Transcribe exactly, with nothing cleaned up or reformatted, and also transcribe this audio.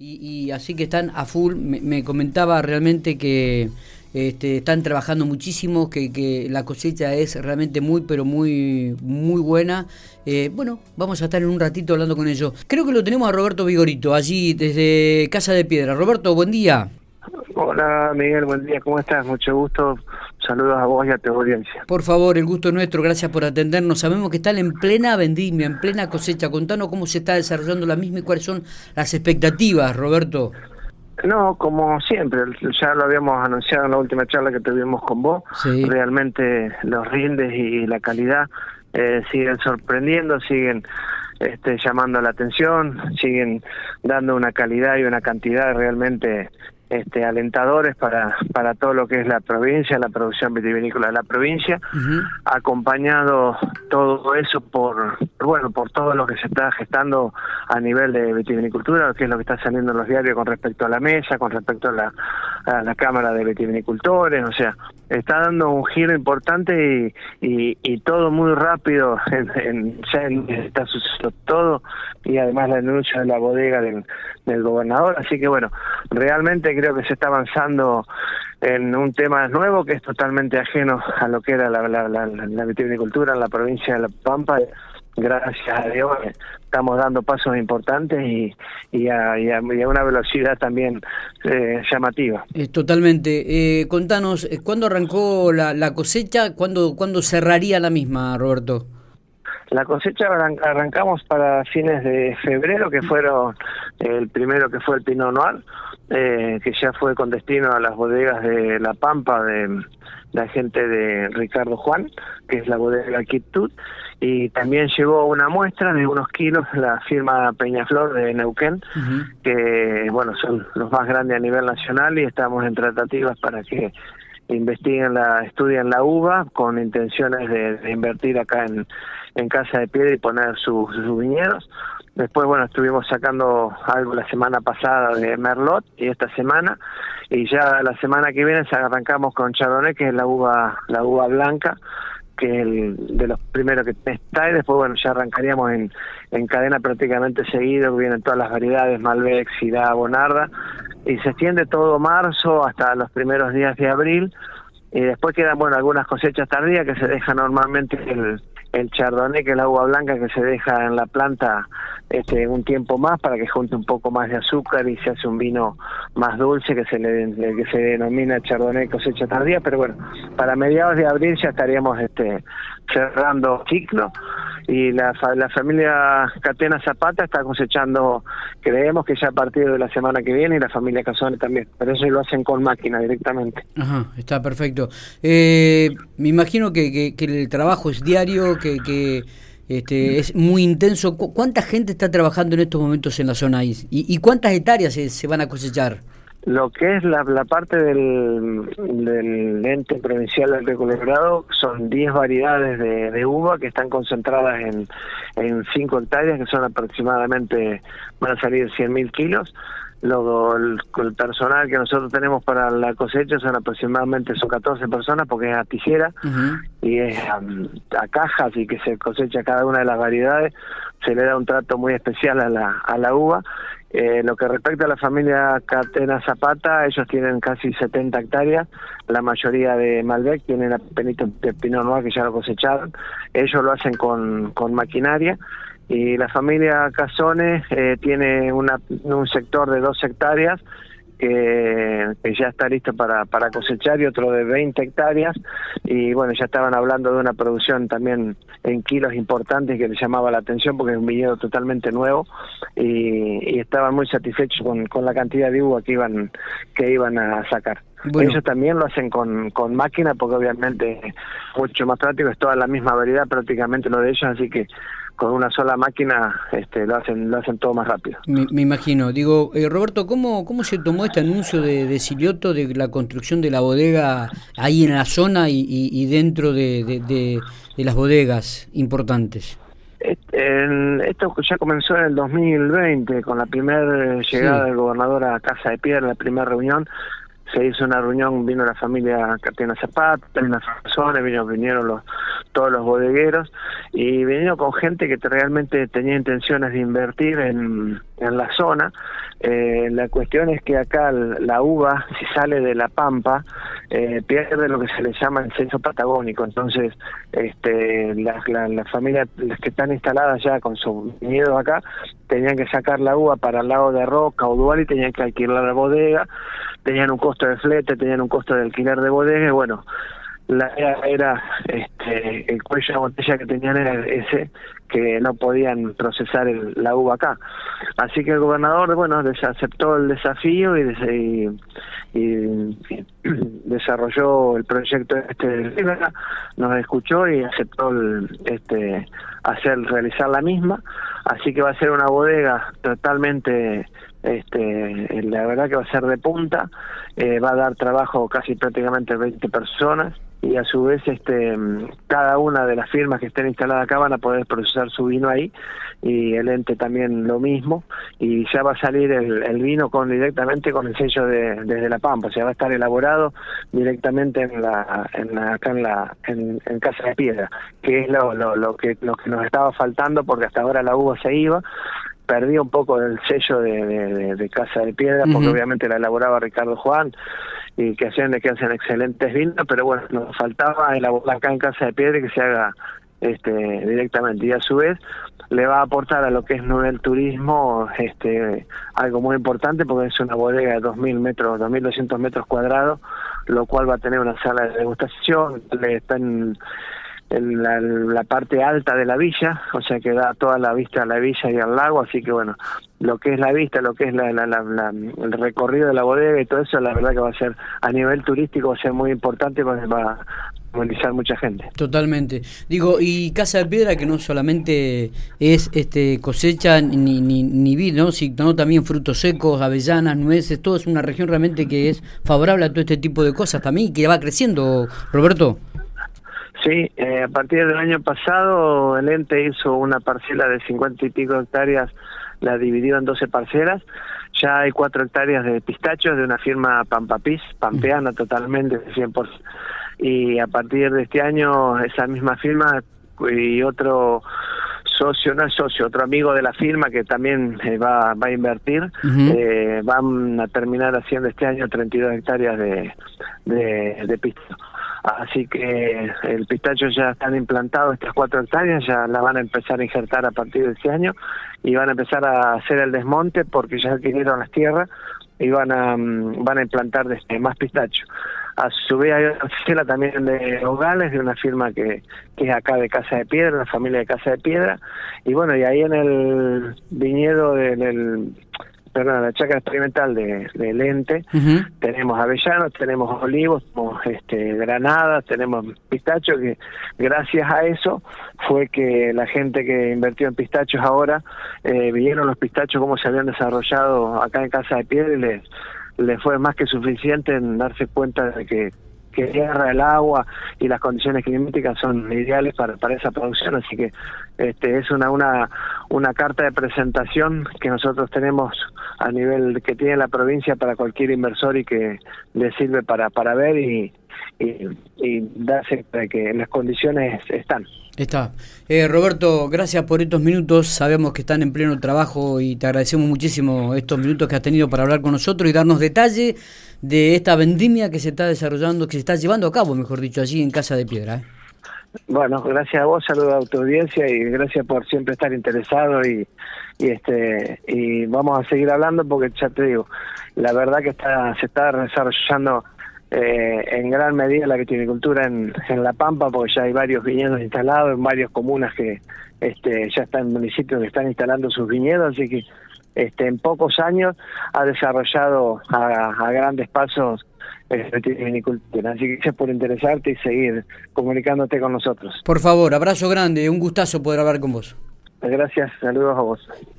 y, y así que están a full. Me, me comentaba realmente que este, están trabajando muchísimo, que, que la cosecha es realmente muy, pero muy, muy buena. Eh, bueno, vamos a estar en un ratito hablando con ellos. Creo que lo tenemos a Roberto Vigorito, allí desde Casa de Piedra. Roberto, buen día. Hola Miguel, buen día, ¿cómo estás? Mucho gusto, saludos a vos y a tu audiencia. Por favor, el gusto es nuestro, gracias por atendernos. Sabemos que están en plena vendimia, en plena cosecha. Contanos cómo se está desarrollando la misma y cuáles son las expectativas, Roberto. No, como siempre, ya lo habíamos anunciado en la última charla que tuvimos con vos, Sí. Realmente los rindes y la calidad eh, siguen sorprendiendo, siguen este, llamando la atención, siguen dando una calidad y una cantidad realmente este, alentadores para, para todo lo que es la provincia, la producción vitivinícola de la provincia, Uh-huh. acompañado todo eso por, bueno, por todo lo que se está gestando a nivel de vitivinicultura, que es lo que está saliendo en los diarios con respecto a la mesa, con respecto a la, a la Cámara de Vitivinicultores, o sea, está dando un giro importante y, y, y todo muy rápido, en, en, ya en, está sucediendo todo, y además la denuncia de la bodega del, del gobernador, así que bueno, realmente creo que se está avanzando en un tema nuevo que es totalmente ajeno a lo que era la, la, la, la vitivinicultura en la provincia de La Pampa. Gracias a Dios estamos dando pasos importantes y, y, a, y, a, y a una velocidad también eh, llamativa. Eh, totalmente. Eh, contanos, eh, ¿cuándo arrancó la, la cosecha? ¿Cuándo, ¿Cuándo cerraría la misma, Roberto? La cosecha arran arrancamos para fines de febrero, que fueron el primero que fue el Pinot Noir, eh, que ya fue con destino a las bodegas de La Pampa, de la gente de Ricardo Juan, que es la bodega Quiptut, y también llegó una muestra de unos kilos la firma Peñaflor de Neuquén, uh-huh. que bueno, son los más grandes a nivel nacional y estamos en tratativas para que investiguen la, estudian la uva con intenciones de, de invertir acá en, en Casa de Piedra y poner sus, sus viñedos. Después, bueno, estuvimos sacando algo la semana pasada de Merlot y esta semana, y ya la semana que viene arrancamos con Chardonnay, que es la uva, la uva blanca, que es el de los primeros que está, y después, bueno, ya arrancaríamos en, en cadena prácticamente seguido, que vienen todas las variedades, Malbec, Syrah, Bonarda, y se extiende todo marzo hasta los primeros días de abril, y después quedan, bueno, algunas cosechas tardías que se deja normalmente el, el Chardonnay, que es la uva blanca que se deja en la planta este un tiempo más para que junte un poco más de azúcar y se hace un vino más dulce que se le que se denomina Chardonnay cosecha tardía, pero bueno, para mediados de abril ya estaríamos este cerrando ciclo, y la, la familia Catena Zapata está cosechando, creemos que ya a partir de la semana que viene, y la familia Casone también, pero eso lo hacen con máquina directamente. Ajá, está perfecto. Eh, me imagino que, que, que el trabajo es diario, que, que este, es muy intenso. ¿Cu ¿Cuánta gente está trabajando en estos momentos en la zona ahí? ¿Y, y cuántas hectáreas se, se van a cosechar? Lo que es la, la parte del, del ente provincial del Río Colorado son diez variedades de, de uva que están concentradas en, en cinco hectáreas, que son aproximadamente, van a salir cien mil kilos. Luego el, el personal que nosotros tenemos para la cosecha son aproximadamente son catorce personas, porque es a tijera, uh-huh. y es a, a cajas, y que se cosecha cada una de las variedades, se le da un trato muy especial a la, a la uva. Eh, lo que respecta a la familia Catena Zapata, ellos tienen casi setenta hectáreas, la mayoría de Malbec, tienen apenas de Pinot Noir que ya lo cosecharon, ellos lo hacen con, con maquinaria, y la familia Casone eh, tiene una, un sector de dos hectáreas que, que ya está listo para, para cosechar, y otro de veinte hectáreas, y bueno, ya estaban hablando de una producción también en kilos importantes que les llamaba la atención, porque es un viñedo totalmente nuevo, y, y estaban muy satisfechos con, con la cantidad de uva que iban, que iban a sacar. Bueno. Ellos también lo hacen con, con máquina, porque obviamente es mucho más práctico, es toda la misma variedad prácticamente lo de ellos, así que con una sola máquina este, lo hacen lo hacen todo más rápido. Me, me imagino. Digo, eh, Roberto, ¿cómo cómo se tomó este anuncio de, de Silioto de la construcción de la bodega ahí en la zona y, y, y dentro de, de, de, de las bodegas importantes? En, esto ya comenzó en el dos mil veinte, con la primera llegada sí. del gobernador a Casa de Piedra, la primera reunión. se hizo una reunión, vino la familia Catena Zapata, unas personas, vino, vinieron los, todos los bodegueros, y vinieron con gente que realmente tenía intenciones de invertir en, en la zona. Eh, la cuestión es que acá la uva, si sale de la pampa, eh, pierde lo que se le llama el censo patagónico. Entonces, este, las la, la familias las que están instaladas ya con su viñedo acá, tenían que sacar la uva para el lago de Roca o Dual y tenían que alquilar la bodega, tenían un costo de flete, tenían un costo de alquiler de bodega, y bueno, la era, era este, el cuello de botella que tenían era ese, que no podían procesar el, la uva acá. Así que el gobernador, bueno, aceptó el desafío y, y, y, y desarrolló el proyecto este de Libra, nos escuchó y aceptó el, este hacer realizar la misma. Así que va a ser una bodega totalmente, este la verdad que va a ser de punta, eh, va a dar trabajo casi prácticamente veinte personas, y a su vez este cada una de las firmas que estén instaladas acá van a poder procesar su vino ahí, y el ente también lo mismo, y ya va a salir el, el vino con directamente con el sello de desde La Pampa, o sea, va a estar elaborado directamente en la, en la acá en la en, en Casa de Piedra, que es lo, lo, lo que lo que nos estaba faltando, porque hasta ahora la uva se iba, perdió un poco del sello de, de, de, de Casa de Piedra, porque uh-huh. obviamente la elaboraba Ricardo Juan, y que hacían de que hacen excelentes vinos, pero bueno, nos faltaba elaborar acá en Casa de Piedra y que se haga este directamente, y a su vez le va a aportar a lo que es nivel turismo este algo muy importante, porque es una bodega de dos mil metros, dos mil doscientos metros cuadrados, lo cual va a tener una sala de degustación, le están en la, la parte alta de la villa, o sea que da toda la vista a la villa y al lago, así que bueno, lo que es la vista, lo que es la, la, la, la, el recorrido de la bodega y todo eso, la verdad que va a ser, a nivel turístico va a ser muy importante, porque va a movilizar mucha gente. Totalmente. Digo, y Casa de Piedra, que no solamente es este cosecha ni, ni, ni vino, sino también frutos secos, avellanas, nueces, todo es una región realmente que es favorable a todo este tipo de cosas también, y que va creciendo, Roberto. Sí, eh, a partir del año pasado el ente hizo una parcela de cincuenta y pico hectáreas, la dividió en doce parcelas. Ya hay cuatro hectáreas de pistachos de una firma Pampapis, pampeana totalmente, cien por ciento. Y a partir de este año esa misma firma y otro socio, no es socio, otro amigo de la firma que también eh, va, va a invertir, uh-huh. eh, van a terminar haciendo este año treinta y dos hectáreas de, de, de pistacho. Así que el pistacho ya están implantados, estas cuatro hectáreas ya la van a empezar a injertar a partir de este año, y van a empezar a hacer el desmonte porque ya adquirieron las tierras y van a van a implantar este, más pistacho. A su vez hay una parcela también de Nogales, de una firma que, que es acá de Casa de Piedra, una familia de Casa de Piedra, y bueno, y ahí en el viñedo del... perdón, la chacra experimental de, de Lente, uh-huh. tenemos avellanos, tenemos olivos, tenemos este, granadas, tenemos pistacho, que gracias a eso fue que la gente que invirtió en pistachos ahora, eh, vieron los pistachos cómo se habían desarrollado acá en Casa de Piedra, y les, les fue más que suficiente en darse cuenta de que que la tierra, el agua y las condiciones climáticas son ideales para, para esa producción, así que este es una, una una carta de presentación que nosotros tenemos a nivel que tiene la provincia para cualquier inversor y que le sirve para, para ver y, y, y darse de que las condiciones están. Está. Eh, Roberto, gracias por estos minutos, sabemos que están en pleno trabajo y te agradecemos muchísimo estos minutos que has tenido para hablar con nosotros y darnos detalle de esta vendimia que se está desarrollando, que se está llevando a cabo, mejor dicho, allí en Casa de Piedra. ¿eh? Bueno, gracias a vos, saludo a tu audiencia y gracias por siempre estar interesado y, y este y vamos a seguir hablando porque ya te digo, la verdad que está se está desarrollando Eh, en gran medida la vitivinicultura en, en La Pampa, porque ya hay varios viñedos instalados en varias comunas que este, ya están en municipios que están instalando sus viñedos, así que este, en pocos años ha desarrollado a, a grandes pasos eh, la vitivinicultura. Así que gracias por interesarte y seguir comunicándote con nosotros. Por favor, abrazo grande, un gustazo poder hablar con vos. Gracias, saludos a vos.